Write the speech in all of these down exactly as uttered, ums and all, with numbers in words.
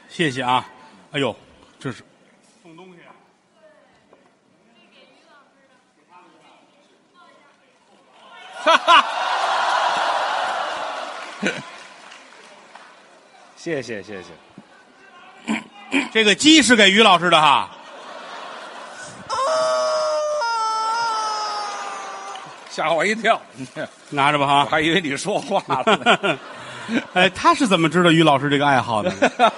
谢谢啊！哎呦，这是送东西啊！哈哈， 谢谢谢谢。 这个鸡是给于老师的哈。 吓我一跳， 拿着吧哈， 我还以为你说话了呢。 哎，他是怎么知道于老师这个爱好的？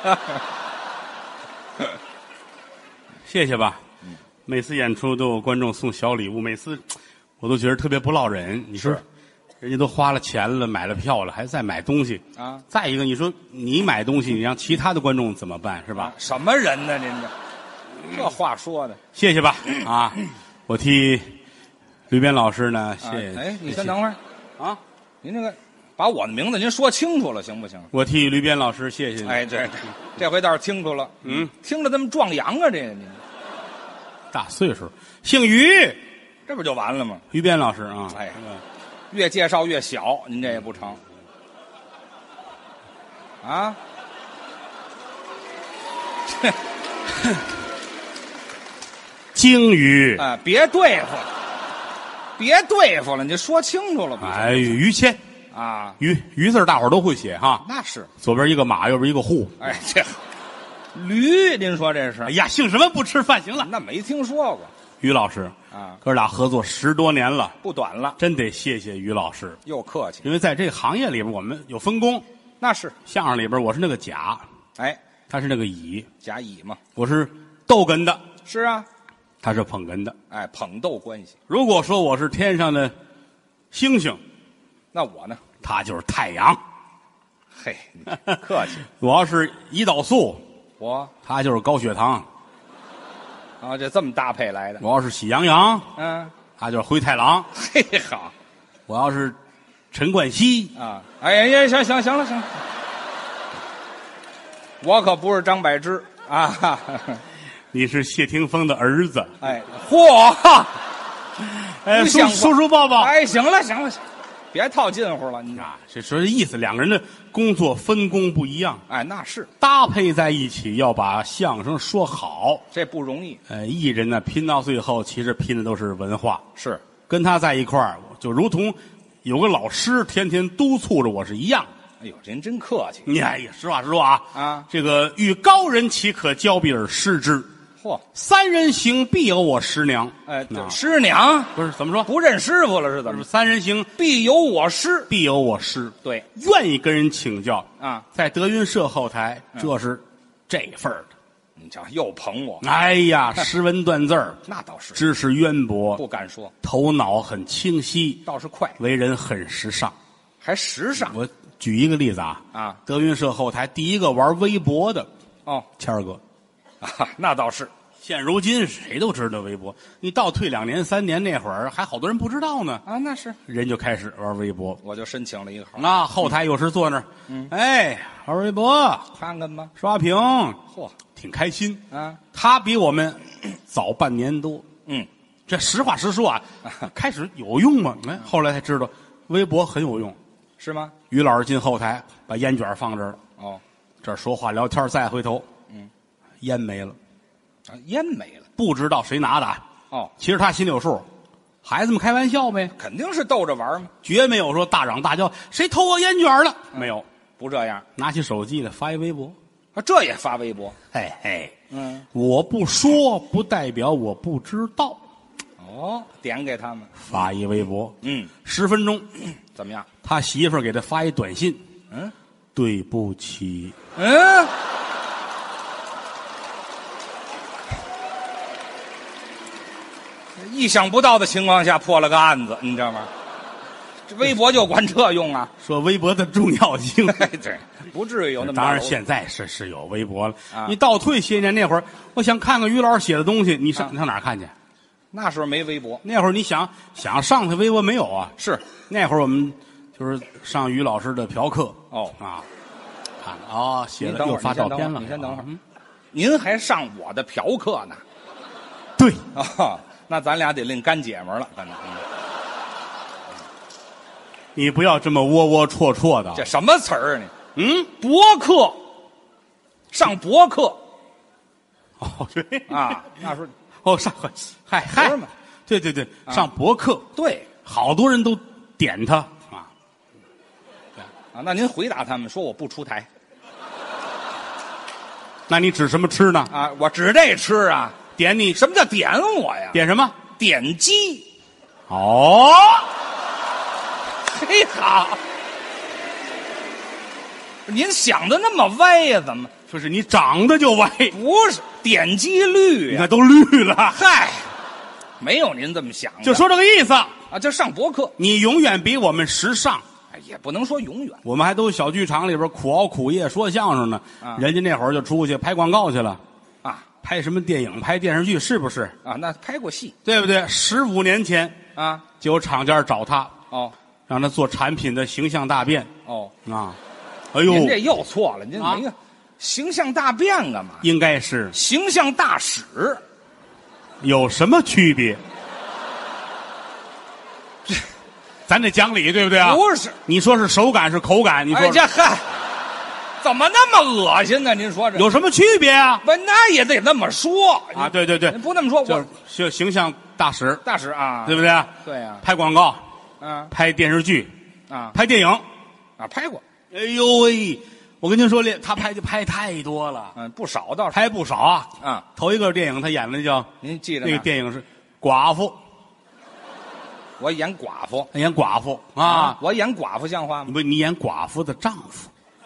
谢谢吧。每次演出都有观众送小礼物，每次我都觉得特别不落忍。你说，人家都花了钱了，买了票了，还再买东西啊？ 再一个，你说你买东西，你让其他的观众怎么办？是吧？ 啊、什么人呢？您这这话说的。 谢谢吧啊！我替吕鞭老师呢，谢谢。 哎，你先等会儿啊！ 您这个把我的名字您说清楚了，行不行？ 我替吕鞭老师谢谢你。 哎，这这回倒是清楚了。 嗯， 听着这么壮阳啊，这个您大岁数，姓于， 这不就完了吗？ 于鞭老师啊， 哎，越介绍越小，您这也不成啊？ 鲸鱼， 哎，别对付了，别对付了，你说清楚了吧？ 哎，于谦啊， 于于字大伙儿都会写哈， 那是左边一个马，右边一个户。 哎，这驴，您说这是？ 哎呀，姓什么不吃饭？行了， 那没听说过。 于老师啊， 哥俩合作十多年了， 不短了， 真得谢谢于老师。 又客气， 因为在这个行业里边，我们有分工。 那是相声里边，我是那个甲， 哎， 他是那个乙， 甲乙嘛。 我是逗哏的， 是啊， 他是捧哏的。 哎，捧逗关系。 如果说我是天上的星星， 那我呢？ 他就是太阳。 嘿，你客气。 我要是胰岛素， 我他就是高血糖。 啊，这这么搭配来的。 我要是喜羊羊， 嗯， 他就是灰太狼。 嘿，好。 我要是陈冠希啊，哎呀，行行行了行了，我可不是张柏芝啊。哈哈， 你是谢霆锋的儿子。 哎，嚯！ 哎，叔叔叔抱抱。 哎，行了行了行了，别套近乎了，你啊，这说这意思，两个人的工作分工不一样。 哎，那是搭配在一起，要把相声说好， 这不容易。 呃，艺人呢拼到最后，其实拼的都是文化。 是跟他在一块儿，就如同有个老师天天督促着我是一样。 哎呦，您真客气。 你哎呀，实话实说啊啊， 这个遇高人岂可交臂而失之？ 嚯， 三人行必有我师娘。 哎，师娘不是怎么说？ 不认师傅了是怎么？ 三人行必有我师， 必有我师。 对， 愿意跟人请教啊， 在德云社后台，这是这份儿的。 你瞧，又捧我。 哎呀，识文断字儿， 那倒是， 知识渊博， 不敢说， 头脑很清晰， 倒是快， 为人很时尚， 还时尚。 我举一个例子啊， 啊， 德云社后台第一个玩微博的哦， 谦儿哥， 啊，那倒是。 现如今谁都知道微博，你倒退两年三年那会儿，还好多人不知道呢。 啊，那是， 人就开始玩微博， 我就申请了一个号。 啊，后台有时坐那儿，嗯，哎，玩微博， 看看吧， 刷屏， 嚯， 挺开心啊。 他比我们早半年多， 嗯， 这实话实说啊，开始有用吗？哎，后来才知道微博很有用， 是吗？ 于老师进后台，把烟卷放这儿了， 哦， 这儿说话聊天，再回头， 嗯， 烟没了， 啊，烟没了， 不知道谁拿的。 哦， 其实他心里有数，孩子们开玩笑呗， 肯定是逗着玩嘛， 绝没有说大嚷大叫谁偷我烟卷了，没有， 不这样。 拿起手机呢发一微博， 啊，这也发微博。 嘿嘿， 嗯， 我不说不代表我不知道， 哦，点给他们发一微博， 嗯， 十分钟， 怎么样？ 他媳妇儿给他发一短信， 嗯， 对不起， 嗯，意想不到的情况下破了个案子，你知道吗？这微博就管这用啊？ 说微博的重要性。 哎，对，不至于有那么大当然， 楼现在是是有微博了。 啊你倒退些年那会儿，我想看看于老师写的东西，你上、 啊你上哪儿看去？ 那时候没微博， 那会儿你想想上去微博没有啊？ 是那会儿我们就是上于老师的嫖课哦啊，看看哦，写您等会儿了又发照片了。 你先等会儿， 嗯您还上我的嫖课呢？ 对， 啊，那咱俩得另干姐们儿了，反正你不要这么窝窝戳戳的。 这什么词儿啊你？ 嗯， 博客上博客哦，对啊，那时候哦上嗨嗨不是嘛， 对对对， 啊上博客， 对好多人都点他啊。 啊，那您回答他们说我不出台那你指什么吃呢？ 啊，我指这吃啊。 点你什么叫点我呀？ 点什么？ 点击。 哦， 嘿好，您想的那么歪呀？怎么就是你长得就歪， 不是点击率呀？ 你看都绿了。 嗨，没有您这么想的。 就说这个意思， 啊，就上博客， 你永远比我们时尚。 哎也不能说永远我们还都小剧场里边苦熬苦夜说相声呢， 啊人家那会儿就出去拍广告去了， 啊拍什么电影、拍电视剧，是不是？ 啊，那拍过戏对不对？十五年前啊。 就有厂家找他， 哦让他做产品的形象大变哦， 啊。哎呦， 您这又错了，您啊没个形象大变干嘛？ 应该是形象大使。 有什么区别？咱得讲理，对不对啊？ 不是， 你说是手感是口感，你说哎这嗨，怎么那么恶心呢？您说这有什么区别啊？ 不，那也得那么说啊，对对对您，不那么说， 就我是形象大使， 大使啊， 对不对？ 对呀， 拍广告、 啊拍电视剧、 啊拍电影。 啊，拍过， 哎呦喂，我跟您说，这他拍就拍太多了， 嗯，不少倒是拍不少啊。 啊。 头一个电影他演的叫您记着那个呢， 电影是寡妇， 我演寡妇他演寡妇啊。 我演寡妇像话吗？ 你不，你演寡妇的丈夫，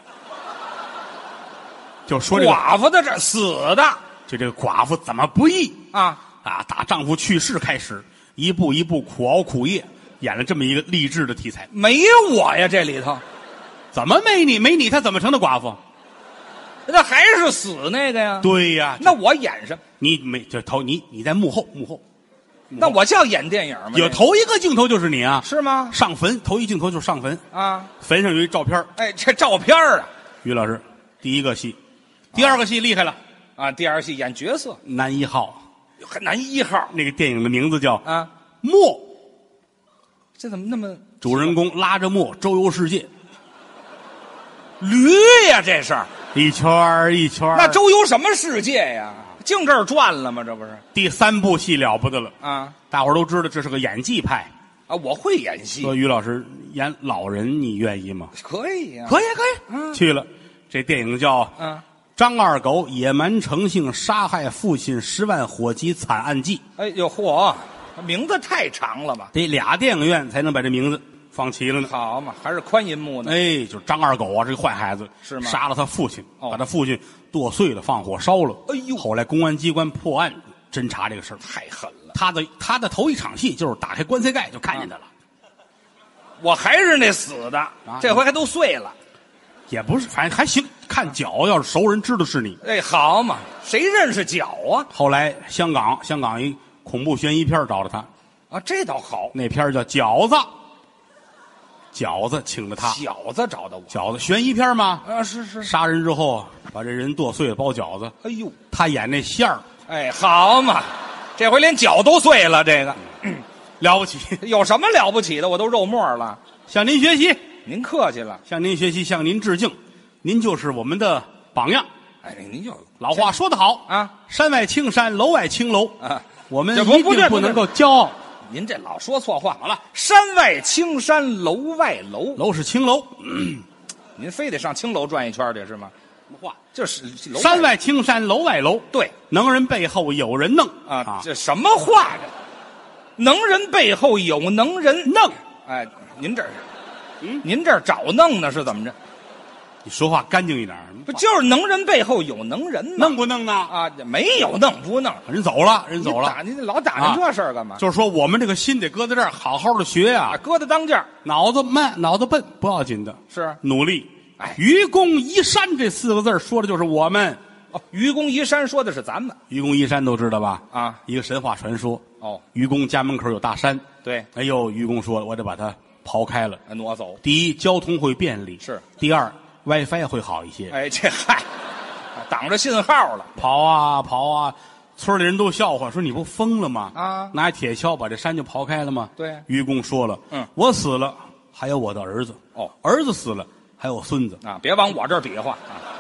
就说这个， 寡妇的这死的就这个寡妇怎么不易啊， 啊？打丈夫去世开始，一步一步苦熬苦夜，演了这么一个励志的题材。 没我呀，这里头怎么没你？没你，她怎么成的寡妇？ 那还是死那个呀？ 对呀， 那我演什么？ 你没就头你你在幕后幕后， 那我叫演电影吗？ 有头一个镜头就是你啊， 是吗？ 上坟头一镜头就是上坟， 啊， 坟上有一照片。 哎，这照片啊于老师，第一个戏，第二个戏厉害了， 啊，第二戏演角色， 男一号， 很难一号那个电影的名字叫啊， 《墨》， 这怎么那么主人公拉着墨周游世界， 驴呀？这是一圈儿一圈儿那周游什么世界呀？净这儿转了吗？这不是第三部戏了不得了， 啊大伙儿都知道这是个演技派。 啊！我会演戏， 说于老师演老人，你愿意吗？ 可以呀， 可以可以， 嗯去了。这电影叫嗯， 张二狗野蛮成性杀害父亲十万火急惨案记， 哎呦嚯，名字太长了吧？ 得俩电影院才能把这名字放齐了呢。 好嘛，还是宽银幕呢？ 哎，就是张二狗啊，这个坏孩子是吗杀了他父亲， 哦把他父亲剁碎了，放火烧了。 哎呦后来公安机关破案侦查这个事儿， 太狠了！ 他的他的头一场戏就是打开棺材盖就看见他了， 我还是那死的，这回还都碎了。 也不是，反正还行。看脚，要是熟人知道是你。 哎，好嘛，谁认识脚啊？ 后来香港香港一恐怖悬疑片找着他， 啊，这倒好， 那片儿叫《饺子》，饺子请了他， 饺子找的我饺子悬疑片嘛， 啊，是是。 杀人之后把这人剁碎了包饺子， 哎呦， 他演那馅儿哎，好嘛，这回连脚都碎了，这个了不起， 有什么了不起的？我都肉末了。 向您学习， 您客气了， 向您学习，向您致敬，您就是我们的榜样。 哎，您就老话说得好啊， 山外青山，楼外青楼啊， 我们这不一不对不对定不能够骄傲。 您这老说错话。 好了， 山外青山，楼外楼， 楼是青楼， 您非得上青楼转一圈去是吗？ 什么话？ 就是楼山外青山，楼外楼。 对能人背后有人弄啊，这什么话这？能人背后有能人弄。 哎，您这儿， 嗯您这儿找弄呢是怎么着？ 你说话干净一点儿， 不就是能人背后有能人吗？ 弄不弄呢？ 啊，没有弄不弄， 人走了，人走了。 你打您老打听这事儿干嘛？ 就是说，我们这个心得搁在这儿，好好的学呀、 啊，搁在当间儿脑子慢，脑子笨不要紧的， 是努力。 哎愚公移山这四个字儿说的就是我们。 哦。愚公移山说的是咱们愚公移山都知道吧？ 啊。 一个神话传说。 哦， 愚公家门口有大山， 对， 哎呦，愚公说我得把它刨开了。 挪走第一，交通会便利； 是。 第二，WiFi 会好一些。 哎，这嗨，挡着信号了。 刨啊刨啊，村里人都笑话说你不疯了吗？ 啊拿铁锹把这山就刨开了吗？ 对愚公说了， 嗯， 我死了，还有我的儿子。 哦， 儿子死了，还有我孙子。 啊，别往我这儿比划啊！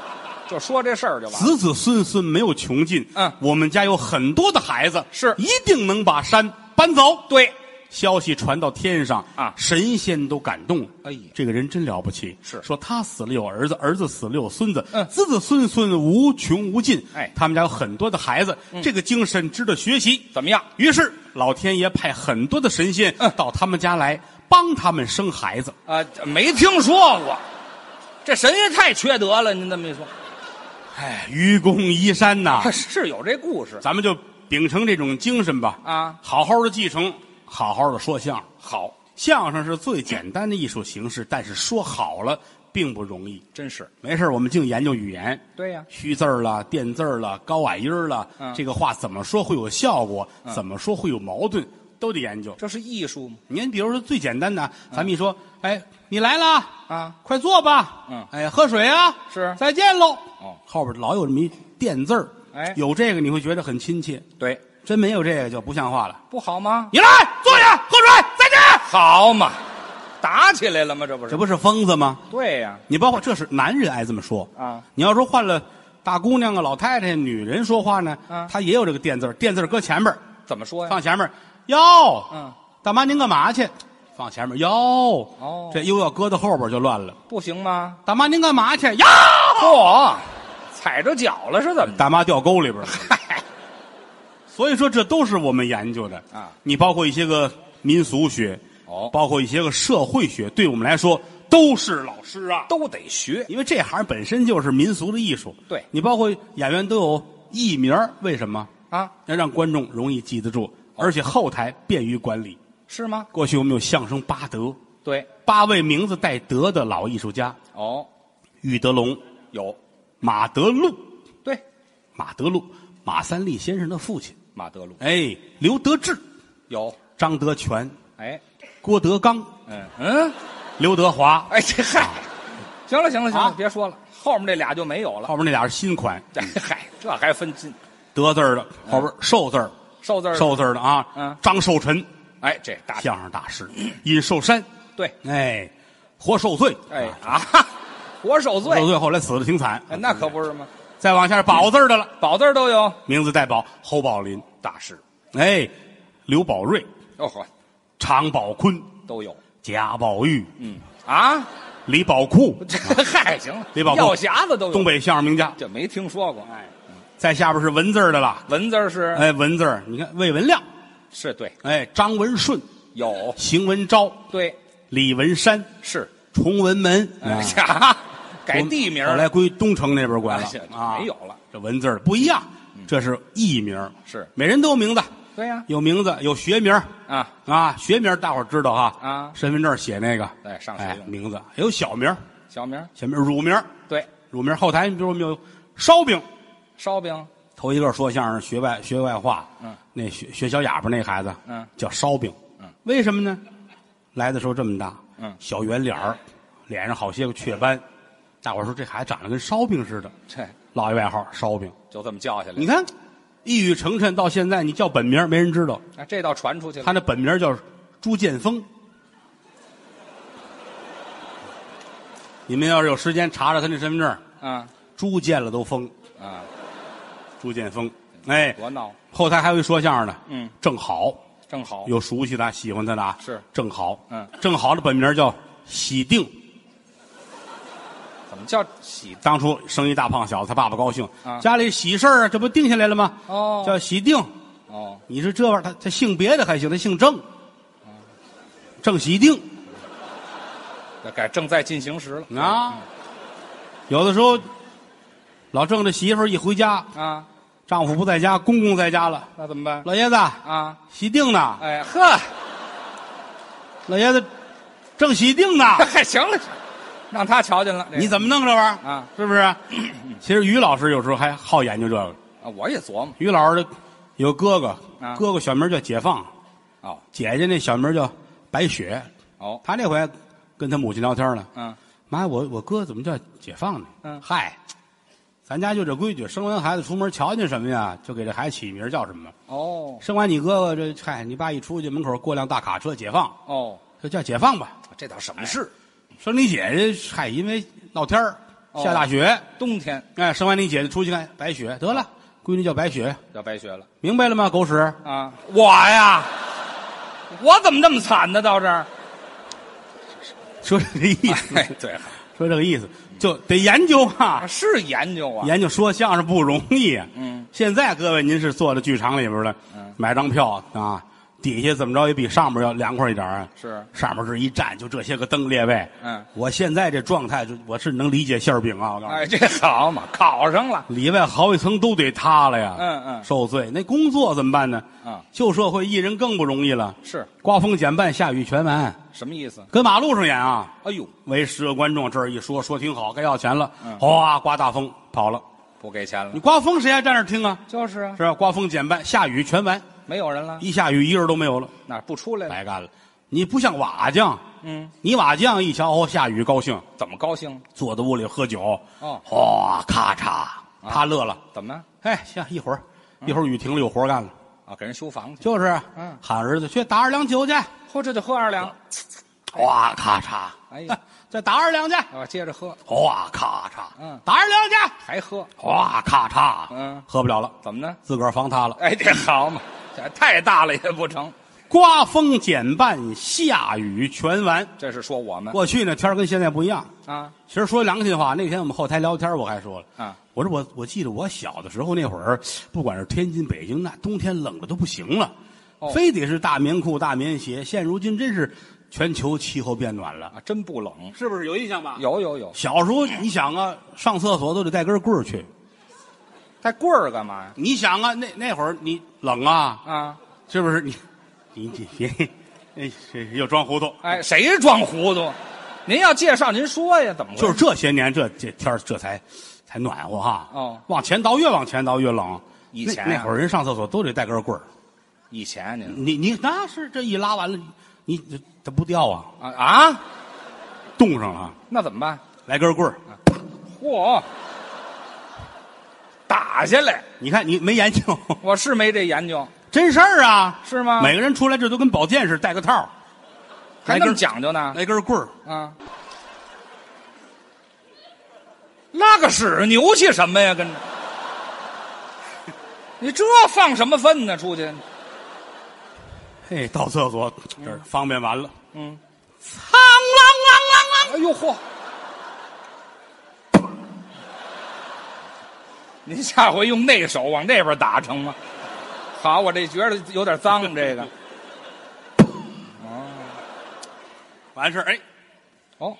就说这事儿就完了。 子子孙孙没有穷尽。 嗯， 我们家有很多的孩子， 是一定能把山搬走。 对， 消息传到天上啊， 神仙都感动了。 哎呀， 这个人真了不起。 是说他死了有儿子，儿子死了有孙子， 嗯子子孙孙无穷无尽。 哎他们家有很多的孩子，这个精神值得学习。 怎么样？ 于是老天爷派很多的神仙嗯到他们家来帮他们生孩子。 啊、没听说过，这神也太缺德了。您这么一说， 哎，愚公移山呐， 是有这故事咱们就秉承这种精神吧， 啊。 好好的继承，好好的说相声。 好， 相声是最简单的艺术形式，但是说好了并不容易。 真是没事我们净研究语言， 对呀、 虚字儿了、垫字儿了、高矮音儿了， 嗯这个话怎么说会有效果，怎么说会有矛盾，都得研究。 这是艺术吗？ 您比如说最简单的，咱们一说，哎，你来了啊， 快坐吧。 嗯哎，喝水啊。 是再见喽。 哦， 后边老有这么一垫字儿， 哎有这个你会觉得很亲切。 对， 真没有这个就不像话了。 不好吗？ 你来坐下喝水，再见。 好嘛，打起来了吗？这不是？ 这不是疯子吗？ 对呀、 你包括这是男人爱这么说啊。 你要说换了大姑娘啊、老太太、女人说话呢， 啊她也有这个垫字儿，垫字儿搁前面儿， 怎么说呀？ 放前面儿。哟， 嗯， 大妈您干嘛去？放前面。哟， 哦这又要搁到后边就乱了。 不行吗？ 大妈您干嘛去？哟， 嚯，踩着脚了是怎么着？ 大妈掉沟里边了。 嗨， 所以说这都是我们研究的啊。 你包括一些个民俗学， 哦包括一些个社会学，对我们来说都是老师啊。 都得学。 因为这行本身就是民俗的艺术。 对你包括演员都有艺名儿，为什么？ 啊， 要让观众容易记得住，而且后台便于管理。 是吗？ 过去我们有相声八德， 对， 八位名字带德的老艺术家： 哦， 玉德龙、 有， 马德禄、 对， 马德禄，马三立先生的父亲。 马德禄哎，刘德志、 有， 张德全、 哎， 郭德纲、 嗯嗯， 刘德华。 哎，这嗨，行了行了行了， 啊别说了，后面这俩就没有了。 后边那俩是新款， 这嗨，这还分金德字儿的，后边寿字儿， 寿字儿寿字儿的啊。 嗯张寿臣， 哎，这大相声大师，尹寿山， 对， 哎，活受罪， 哎啊啊，活受罪受，罪后来死的挺惨。 哎那可不是吗？ 再往下是宝字儿的了， 宝字儿都有， 名字带宝，侯宝林， 大师， 哎，刘宝瑞， 哦呵， 常宝坤， 都有， 贾宝玉， 嗯啊， 李宝库， 这嗨，行了， 李宝库药匣子都有， 东北相声名家。 这没听说过。 哎，再下边是文字儿的了， 文字儿是哎，文字儿，你看魏文亮， 是对， 哎，张文顺， 有邢文昭， 对李文山， 是， 崇文门， 哎哎呀，改地名了后来归东城那边管了哎这啊， 没有了。 这文字儿不一样，这是艺名， 是每人都有名字， 对呀， 有名字有学名啊， 啊，学名大伙儿知道哈啊身份证写那个， 对，上学哎， 用名字有小名， 小名， 小名乳名， 对， 乳名后台，你比如我们有烧饼， 烧饼， 头一个说相声学外学外话， 嗯， 那学学小哑巴那孩子， 嗯， 叫烧饼， 嗯， 为什么呢？来的时候这么大， 嗯小圆脸儿，脸上好些个雀斑，大伙儿说这孩子长得跟烧饼似的， 这落一外号烧饼。 就这么叫下来。 你看，一语成谶，到现在你叫本名没人知道， 啊，这倒传出去了。 他那本名叫朱建峰。你们要是有时间查查他那身份证， 啊朱见了都疯， 啊， 朱建峰。哎， 多闹， 后台还有一说相声的， 嗯， 正好正好。 有熟悉的喜欢他的啊， 是正好， 嗯， 正好的本名叫喜定。 怎么叫喜？ 当初生一大胖小子，他爸爸高兴， 啊家里喜事儿啊，这不定下来了吗？ 哦叫喜定。 哦， 你是这玩意儿，他他姓别的还行，他姓郑，郑喜定这改正在进行时了啊。有的时候，老郑的媳妇儿一回家， 啊， 丈夫不在家，公公在家了， 那怎么办？ 老爷子啊， 喜定呢， 哎呵， 老爷子正喜定呢， 嗨，行了，让他瞧见了。这个你怎么弄这玩意儿啊？ 是不是？其实于老师有时候还好研究这个。 啊，我也琢磨。 于老师的有哥哥， 啊哥哥小名叫解放， 哦姐姐那小名叫白雪。 哦， 他那回跟他母亲聊天呢， 嗯妈，我我哥怎么叫解放呢？ 嗯嗨，咱家就这规矩，生完孩子出门瞧见什么呀，就给这孩子起名叫什么。 哦生完你哥哥这，嗨，你爸一出去门口过辆大卡车，解放， 哦， 就叫解放吧。 这倒什么事？ 生你姐姐，嗨，因为闹天儿， 下大雪， 冬天哎，生完你姐姐出去看白雪，得了，闺女叫白雪， 要白雪了明白了吗？狗屎！ 啊！我呀，我怎么这么惨呢？到这儿， 说这个意思， 哎，对， 说这个意思，就得研究啊， 是研究啊， 研究说相声不容易啊。 嗯， 现在各位您是坐在剧场里边了， 嗯， 买张票啊，底下怎么着也比上面要凉快一点啊。 是上面这一站就这些个灯列位， 嗯， 我现在这状态就我是能理解馅儿饼啊，我告诉你， 哎，这好嘛，考上了， 里外好几层都得塌了呀。 嗯嗯受罪，那工作怎么办呢？ 啊， 旧社会艺人更不容易了， 是刮风减半，下雨全完， 什么意思？ 跟马路上演啊。 哎呦， 围十个观众，这儿一说说挺好，该要钱了， 嗯哗，刮大风跑了。 不给钱了你，刮风谁还站那儿听啊？ 就是啊， 是吧？刮风减半，下雨全完， 没有人了， 一下雨一人都没有了， 哪儿不出来了？ 白干了。你不像瓦匠， 嗯， 你瓦匠一瞧哦下雨高兴， 怎么高兴？ 坐在屋里喝酒， 哦， 哗咔嚓，他乐了。 怎么哎，行，一会儿一会儿雨停了，有活干了。 啊？给人修房去？ 就是， 嗯喊儿子去打二两酒去， 嚯，这就喝二两， 哗咔嚓， 哎呀， 再打二两去， 啊，接着喝， 哗咔嚓， 嗯打二两去， 还喝， 哗咔嚓， 嗯， 喝不了了， 怎么呢？ 自个儿房塌了。 哎，这好嘛，这太大了也不成。 刮风减半，下雨全完。 这是说我们过去呢天儿跟现在不一样。 啊其实说良心话，那天我们后台聊天，我还说了， 啊， 我说我我记得我小的时候那会儿，不管是天津、北京，那冬天冷的都不行了， 哦非得是大棉裤、大棉鞋。现如今真是全球气候变暖了， 啊，真不冷。 是不是有印象吧？ 有有有， 小时候你想啊，上厕所都得带根棍儿去。 带棍儿干嘛呀？ 你想啊，那那会儿你冷啊， 啊， 是不是？你你你别，哎，这又装糊涂。 哎，谁装糊涂？您要介绍您说呀，怎么回事就是这些年这这天儿这才才暖和哈。 哦往前倒越往前倒越冷。 以前啊那那会儿人上厕所都得带根棍儿。 以前您你你那是这一拉完了，你这它不掉啊， 啊啊， 冻上了， 那怎么办？ 来根棍儿。 嚯，打下来， 你看你没研究， 我是没这研究， 真事儿啊， 是吗？ 每个人出来这都跟宝剑似的，带个套儿， 还那么来根讲究呢？ 来根棍儿。 啊，拉个屎牛气什么呀？跟着，你这放什么粪呢？出去， 嘿，到厕所这儿方便完了， 嗯， 苍啷啷啷啷。 哎呦嚯！您下回用那手往那边打成吗？好，我这觉得有点脏，这个。哦完事儿，哎， 哦，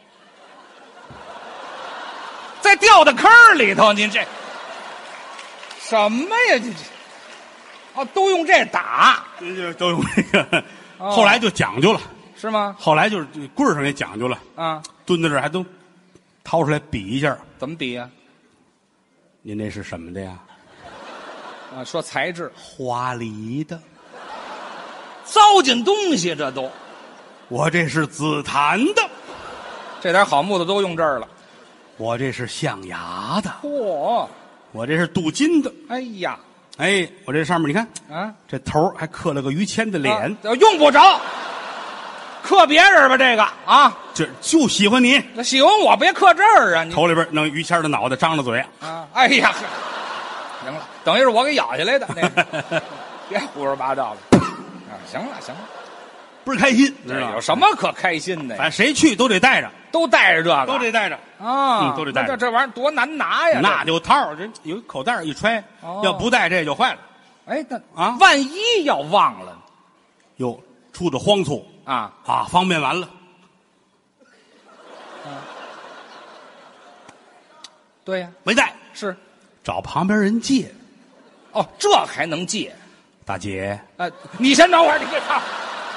再掉到坑儿里头，您这什么呀？这这哦，都用这打这就都用这个。 哦后来就讲究了， 是吗？ 后来就是这棍儿上也讲究了， 啊， 蹲在这儿还都掏出来比一下。 怎么比呀、 您那是什么的呀？ 啊？说材质， 花梨的。 糟践东西，这都我这是紫檀的， 这点好木头都用这儿了。 我这是象牙的， 嚯！ 我这是镀金的。 哎呀， 哎，我这上面你看， 啊， 这头儿还刻了个于谦的脸， 啊用不着，刻别人吧，这个啊， 这就喜欢你。 那喜欢我别刻这儿啊，你头里边弄于谦的脑袋，张着嘴。 啊，哎呀，行了，等于是我给咬下来的，那个别胡说八道了。啊，行了行了， 不是开心，知道吗？ 这有什么可开心的呀？ 反正谁去都得带着， 都带着这个， 都得带着。 啊， 嗯都得带着那这这玩意儿多难拿呀！ 那这就套儿，这有一口袋儿一揣， 哦要不带这就坏了。 哎，那啊万一要忘了呢哟，出的荒促啊？ 啊，方便完了， 对呀， 没带， 是找旁边人借。 哦，这还能借？ 大姐， 呃，你先等会儿，你别唱，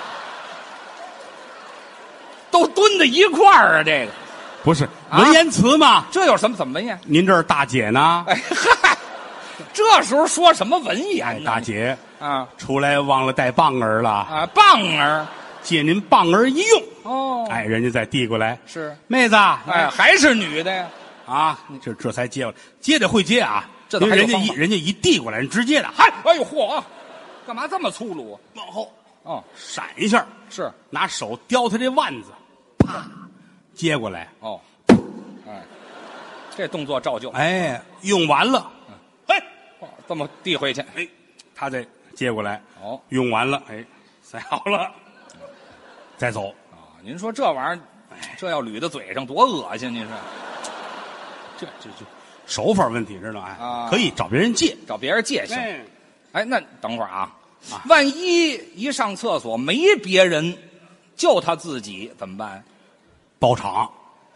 都蹲在一块儿啊！这个不是啊文言词吗？ 这有什么怎么文言？ 您这儿大姐呢？ 哎嗨，这时候说什么文哎， 言呢？ 大姐啊出来忘了带棒儿了， 啊，棒儿借您棒儿一用。 哦， 哎，人家再递过来， 是， 妹子， 哎，还是女的呀？ 啊，这这才接过来，接着会接啊， 这都因为人家还有方法一人家一递过来，人直接的，嗨， 哎呦嚯，干嘛这么粗鲁啊？ 往后哦， 闪一下， 是拿手叼他这腕子，啪，接过来， 哦，哎， 这动作照旧。 哎，用完了，嘿， 哦这么递回去。 哎，他再接过来， 哦用完了，哎，塞好了，再走。 啊，您说这玩意儿，这要捋到嘴上多恶心！您说， 这这这手法问题知道哎， 啊可以找别人借。 找别人借行。 哎， 哎，那等会儿啊， 啊万一一上厕所没别人，就他自己怎么办？ 包场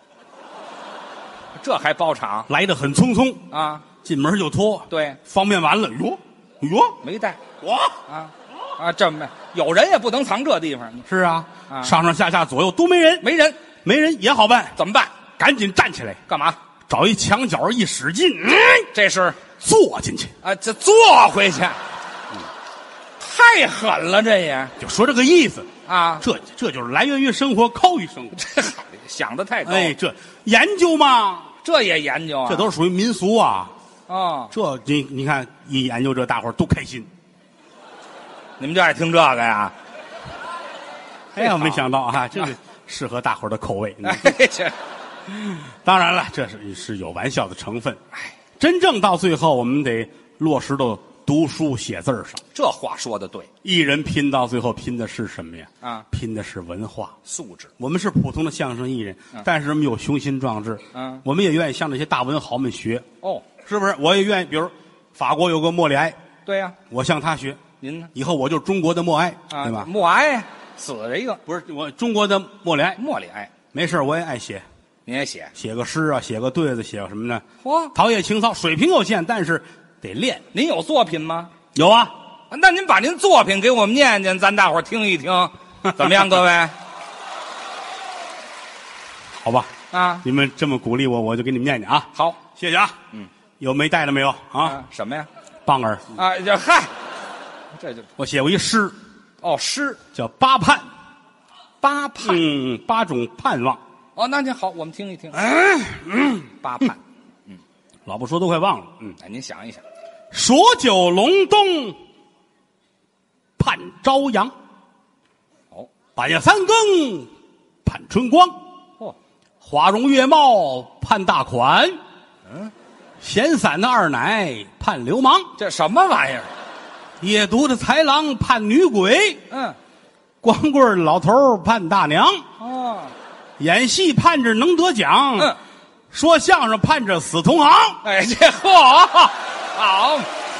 这还包场来得很匆匆， 啊？ 进门就脱。 对， 方便完了，哟哟， 没带我啊啊，这么有人也不能藏这地方， 是啊， 啊上上下下左右都没人， 没人没人也好办， 怎么办？ 赶紧站起来， 干嘛？ 找一墙角一使劲，嗯， 这是坐进去。 啊，这坐回去，太狠了，这也就说这个意思， 啊， 这这就是来源于生活，靠于生活。 这想的太高， 哎，这研究嘛， 这也研究啊， 这都是属于民俗啊。 啊， 这你你看一研究这，大伙儿都开心。 你们就爱听这个呀？ 哎呀，没想到啊，这个适合大伙儿的口味。 哎，这当然了，这是是有玩笑的成分。哎，真正到最后，我们得落实到读书写字儿上。 这话说的对， 艺人拼到最后拼的是什么呀？ 啊， 拼的是文化素质。 我们是普通的相声艺人， 嗯但是我们有雄心壮志。 嗯我们也愿意向这些大文豪们学， 哦， 是不是？我也愿意，比如法国有个莫里埃， 对呀、 我向他学， 您呢？ 以后我就是中国的默哀， 啊， 对吧？ 默哀死了一个不是我中国的莫里埃， 莫里哀， 没事我也爱写， 您也写？ 写个诗啊，写个对子，写个什么呢？ 嚯， 陶冶情操，水平有限，但是得练。 您有作品吗？ 有啊， 啊那您把您作品给我们念念，咱大伙儿听一听，怎么样，各位？ 好吧， 啊， 你们这么鼓励我，我就给你们念念啊。 好谢谢啊。 嗯， 有没带的没有啊？ 啊，什么呀？ 棒儿， 啊，这嗨，这就我写过一诗， 哦诗叫《八盼》。 八盼。 嗯，八种盼望。 哦，那您好，我们听一听。 嗯， 八盼， 老不说都快忘了。嗯， 哎，您想一想。 数九隆冬，盼朝阳； 哦半夜三更，盼春光； 哦， 花容月貌，盼大款； 嗯， 闲散的二奶，盼流氓； 这什么玩意儿？ 夜读的豺狼，盼女鬼； 嗯， 光棍儿老头儿盼大娘； 哦， 演戏盼着能得奖； 嗯， 说相声盼着死同行。 哎，这嚯，好，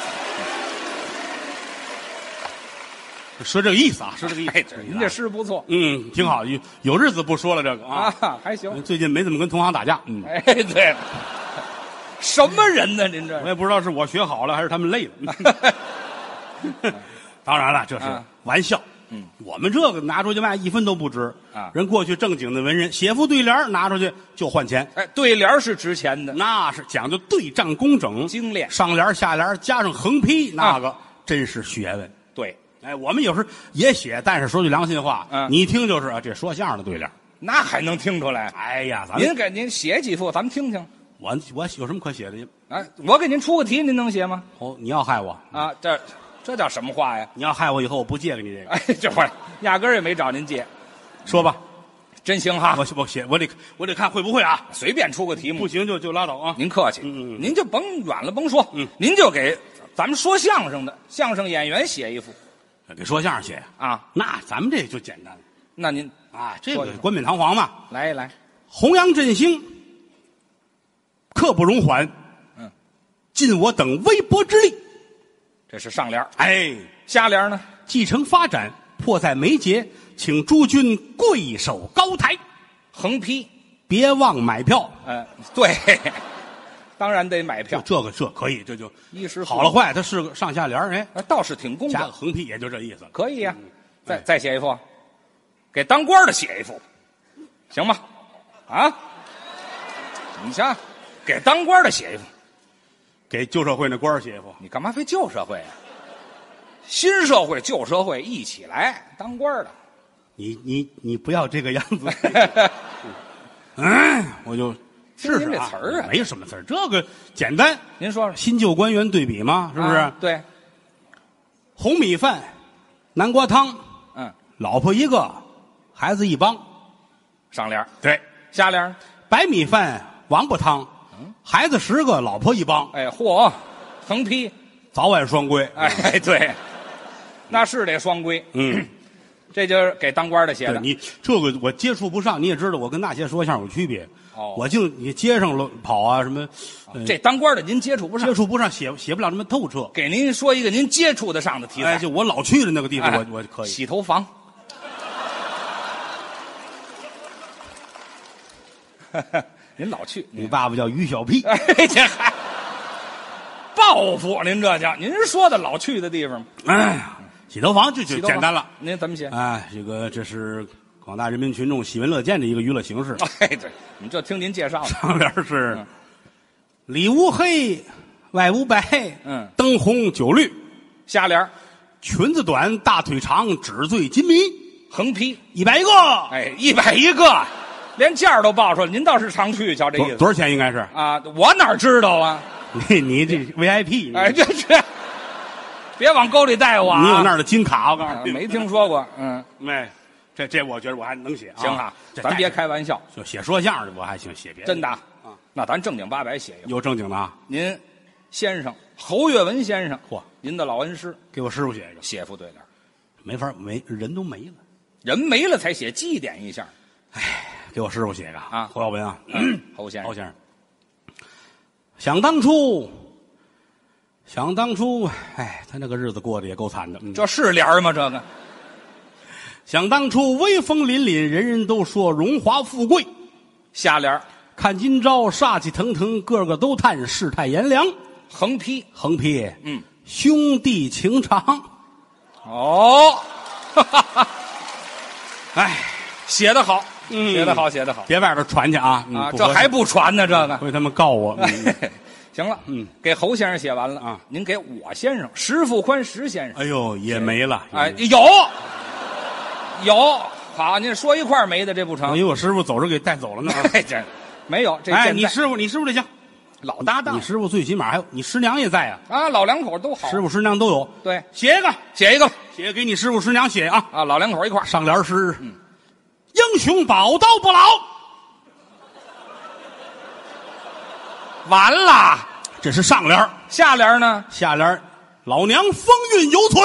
说这个意思啊，说这个意思。 哎，这您这诗不错嗯，挺好，有有日子不说了这个啊。 啊，还行。 最近没怎么跟同行打架，嗯， 哎，对了，什么人呢？您这我也不知道是我学好了还是他们累了。当然了，这是啊玩笑。 嗯， 我们这个拿出去卖一分都不值啊人过去正经的文人写副对联儿拿出去就换钱， 哎，对联儿是值钱的， 那是讲究对仗工整， 精炼。 上联儿下联儿加上横批，那个真是学问。 对， 哎，我们有时候也写，但是说句良心话， 嗯你一听就是啊，这说相声的对联儿。 那还能听出来？ 哎呀，咱们您给您写几副，咱们听听。 我我有什么可写的？ 啊，我给您出个题，您能写吗？ 哦，你要害我， 啊，这这叫什么话呀？ 你要害我以后我不借给你这个。 哎，这会儿压根儿也没找您借， 说吧， 真行哈！ 我我写我得我得看会不会啊， 随便出个题目不，行就就拉倒啊。 您客气， 嗯嗯嗯您就甭远了，甭说， 嗯您就给咱们说相声的相声演员写一副给说相声写， 啊。 那咱们这就简单了那您啊，这说一说个冠冕堂皇嘛， 来一来， 弘扬振兴，刻不容缓， 嗯， 尽我等微薄之力。 这是上联儿， 哎， 下联儿呢？ 继承发展，迫在眉睫，请诸君贵守高台， 横批， 别忘买票。 呃，对，当然得买票， 这这个这可以，这就衣食好了坏，它是个上下联儿哎， 啊，倒是挺公道加个，横批也就这意思了。 可以呀、再哎再写一副，给当官的写一副，行吗？啊，你瞧，给当官的写一副， 给旧社会那官儿写一副， 你干嘛非旧社会啊？新社会、旧社会一起来当官的， 你你你不要这个样子。嗯，我就试试听您这啊词儿啊没什么词儿，这个简单， 您说说， 新旧官员对比嘛，是不是？ 啊对， 红米饭，南瓜汤， 嗯， 老婆一个，孩子一帮。 上联儿对， 下联儿白米饭，王八汤， 孩子十个，老婆一帮， 哎，嚯，横批， 早晚双规。 哎，对，那是得双规。 嗯， 这就是给当官的写的。 对你这个我接触不上，你也知道，我跟那些说相声有区别。 哦我净你街上了跑啊什么，呃这当官的您接触不上， 接触不上，写写不了那么透彻。 给您说一个您接触得上的题材。 哎，就我老去的那个地方， 哎我我可以。 洗头房。您老去， 你爸爸叫于小屁， 哎，这还报复您这叫您说的老去的地方。 哎，洗头房就就洗头房简单了。 您怎么写？ 哎，这个这是广大人民群众喜闻乐见的一个娱乐形式。 哎，对，你就听您介绍的。 上联是嗯里无黑，外无白， 嗯， 灯红酒绿， 下联裙子短，大腿长，纸醉金迷， 横批， 一百一个。 哎，一百一个，连价儿都报出来。您倒是常去，瞧这意思多多少钱应该是？ 啊？我哪知道啊？ 你你这 V I P，你哎，这这，别往沟里带我啊！ 你有那儿的金卡，我告诉你， 啊没听说过。嗯， 没。这这我觉得我还能写啊。 行啊， 这咱别开玩笑， 就写说相声的我还行，写别的真的啊。 啊， 那咱正经八百写一个。 有正经的啊。 您先生侯月文先生， 嚯， 您的老恩师， 给我师傅写一个， 写副对联， 没法没人都没了， 人没了才写，祭奠一下。 给我师傅写一个啊侯耀文啊， 侯先生， 侯先生，想当初，想当初，哎，他那个日子过得也够惨的。嗯这是联儿吗？这个想当初威风凛凛，人人都说荣华富贵， 下联儿看今朝煞气腾腾，个个都叹世态炎凉。 横批， 横批， 嗯， 兄弟情长。 哦， 哎， 写得好， 嗯写得好，写得好别外边传去啊！嗯啊！ 不合适这还不传呢？这个回他们告我。嗯行了， 嗯， 给侯先生写完了啊， 您给我先生石富宽石先生， 哎呦，也没了。 哎， 也有有，好，您说一块儿没的，这不因成？ 为我师傅走着给带走了呢。 哎，这没有，这哎， 现在你师傅，你师傅这行， 老搭档你师傅最起码还有你师娘也在啊， 啊，老两口都好。 师傅师娘都有。 对， 写一个， 写一个写给你师傅师娘写啊。 啊，老两口一块儿上联是，英雄宝刀不老。 完了， 这是上联， 下联呢？ 下联老娘风韵犹存。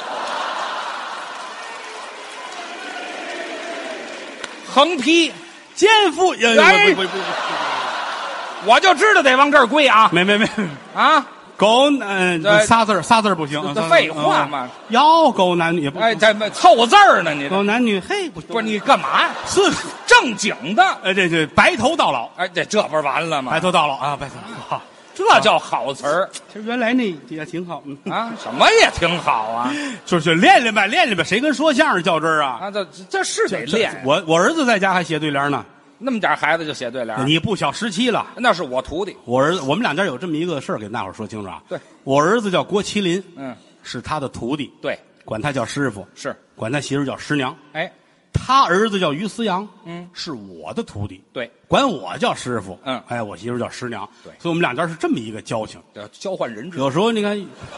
横批， 奸夫，哎哎不不不不， 我就知道得往这儿归啊没没没， 啊！ 狗嗯这仨字儿仨字儿不行，仨字儿这废话嘛。 要狗男女也不哎，这么凑字儿呢？你这狗男女嘿不不是你干嘛呀？ 是正经的， 哎这这白头到老， 哎，这这不是完了吗白？头到老啊白头好。 这叫好词儿其实原来那也挺好，嗯， 啊！什么也挺好啊！ 就是练练呗，练练呗，谁跟说相声较真儿啊？ 啊，这这是得这练。 我我儿子在家还写对联呢， 那么点孩子就写对联儿， 你不小十七了。 那是我徒弟。 我儿子，我们两家有这么一个事儿，给大伙儿说清楚啊。 对， 我儿子叫郭麒麟， 嗯， 是他的徒弟， 对， 管他叫师傅， 是。 管他媳妇叫师娘。 哎， 他儿子叫于思阳， 嗯， 是我的徒弟， 对， 管我叫师傅， 嗯哎，我媳妇叫师娘， 对所以我们两家是这么一个交情。 要交换人质。 有时候你看，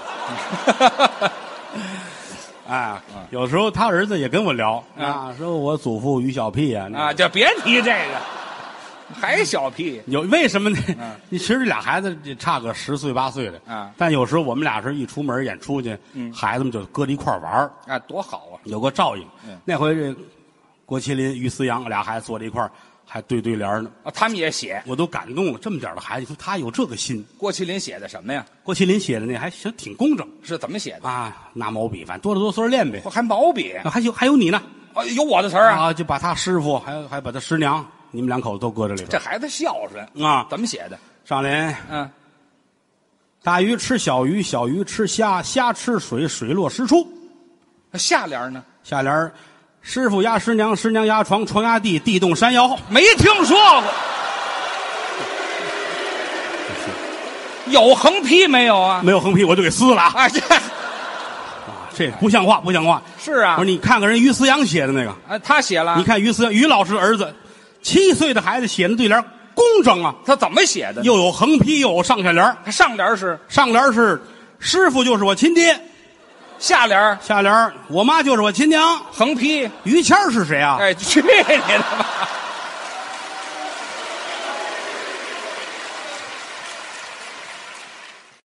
哎，有时候他儿子也跟我聊嗯啊，说我祖父于小屁啊，那啊，就别提这个，还小屁有为什么呢？ 嗯你其实这俩孩子这差个十岁八岁的啊但有时候我们俩是一出门演出去， 嗯孩子们就搁在一块儿玩儿啊，多好啊！ 有个照应。 嗯那回这郭麒麟、于思阳俩孩子坐在一块儿，还对对联儿呢， 啊，他们也写。 我都感动了。这么点儿的孩子，你说他有这个心。 郭麒麟写的什么呀？ 郭麒麟写的那还行，挺工整是怎么写的？ 啊，拿毛笔，反正哆哆嗦嗦练呗。 还毛笔？ 啊还有还有你呢啊，有我的词儿啊！ 啊，就把他师傅，还有还把他师娘，你们两口子都搁这里边这孩子孝顺啊。 怎么写的？ 上联嗯， 大鱼吃小鱼，小鱼吃虾，虾吃水，水落石出。 下联呢？ 下联儿师傅压师娘，师娘压床，床压地，地动山摇。 没听说过。有横批没有啊？ 没有横批我就给撕了啊！ 啊，这啊这不像话，不像话。 是啊我说。你看看人于思阳写的那个， 啊，他写了。 你看于思阳于老师儿子，七岁的孩子写的对联儿工整啊， 他怎么写的？ 又有横批又有上下联儿。 他上联是， 上联儿是师傅就是我亲爹， 下联下联儿我妈就是我亲娘。 横批。 于谦儿是谁啊？ 哎，去你的吧！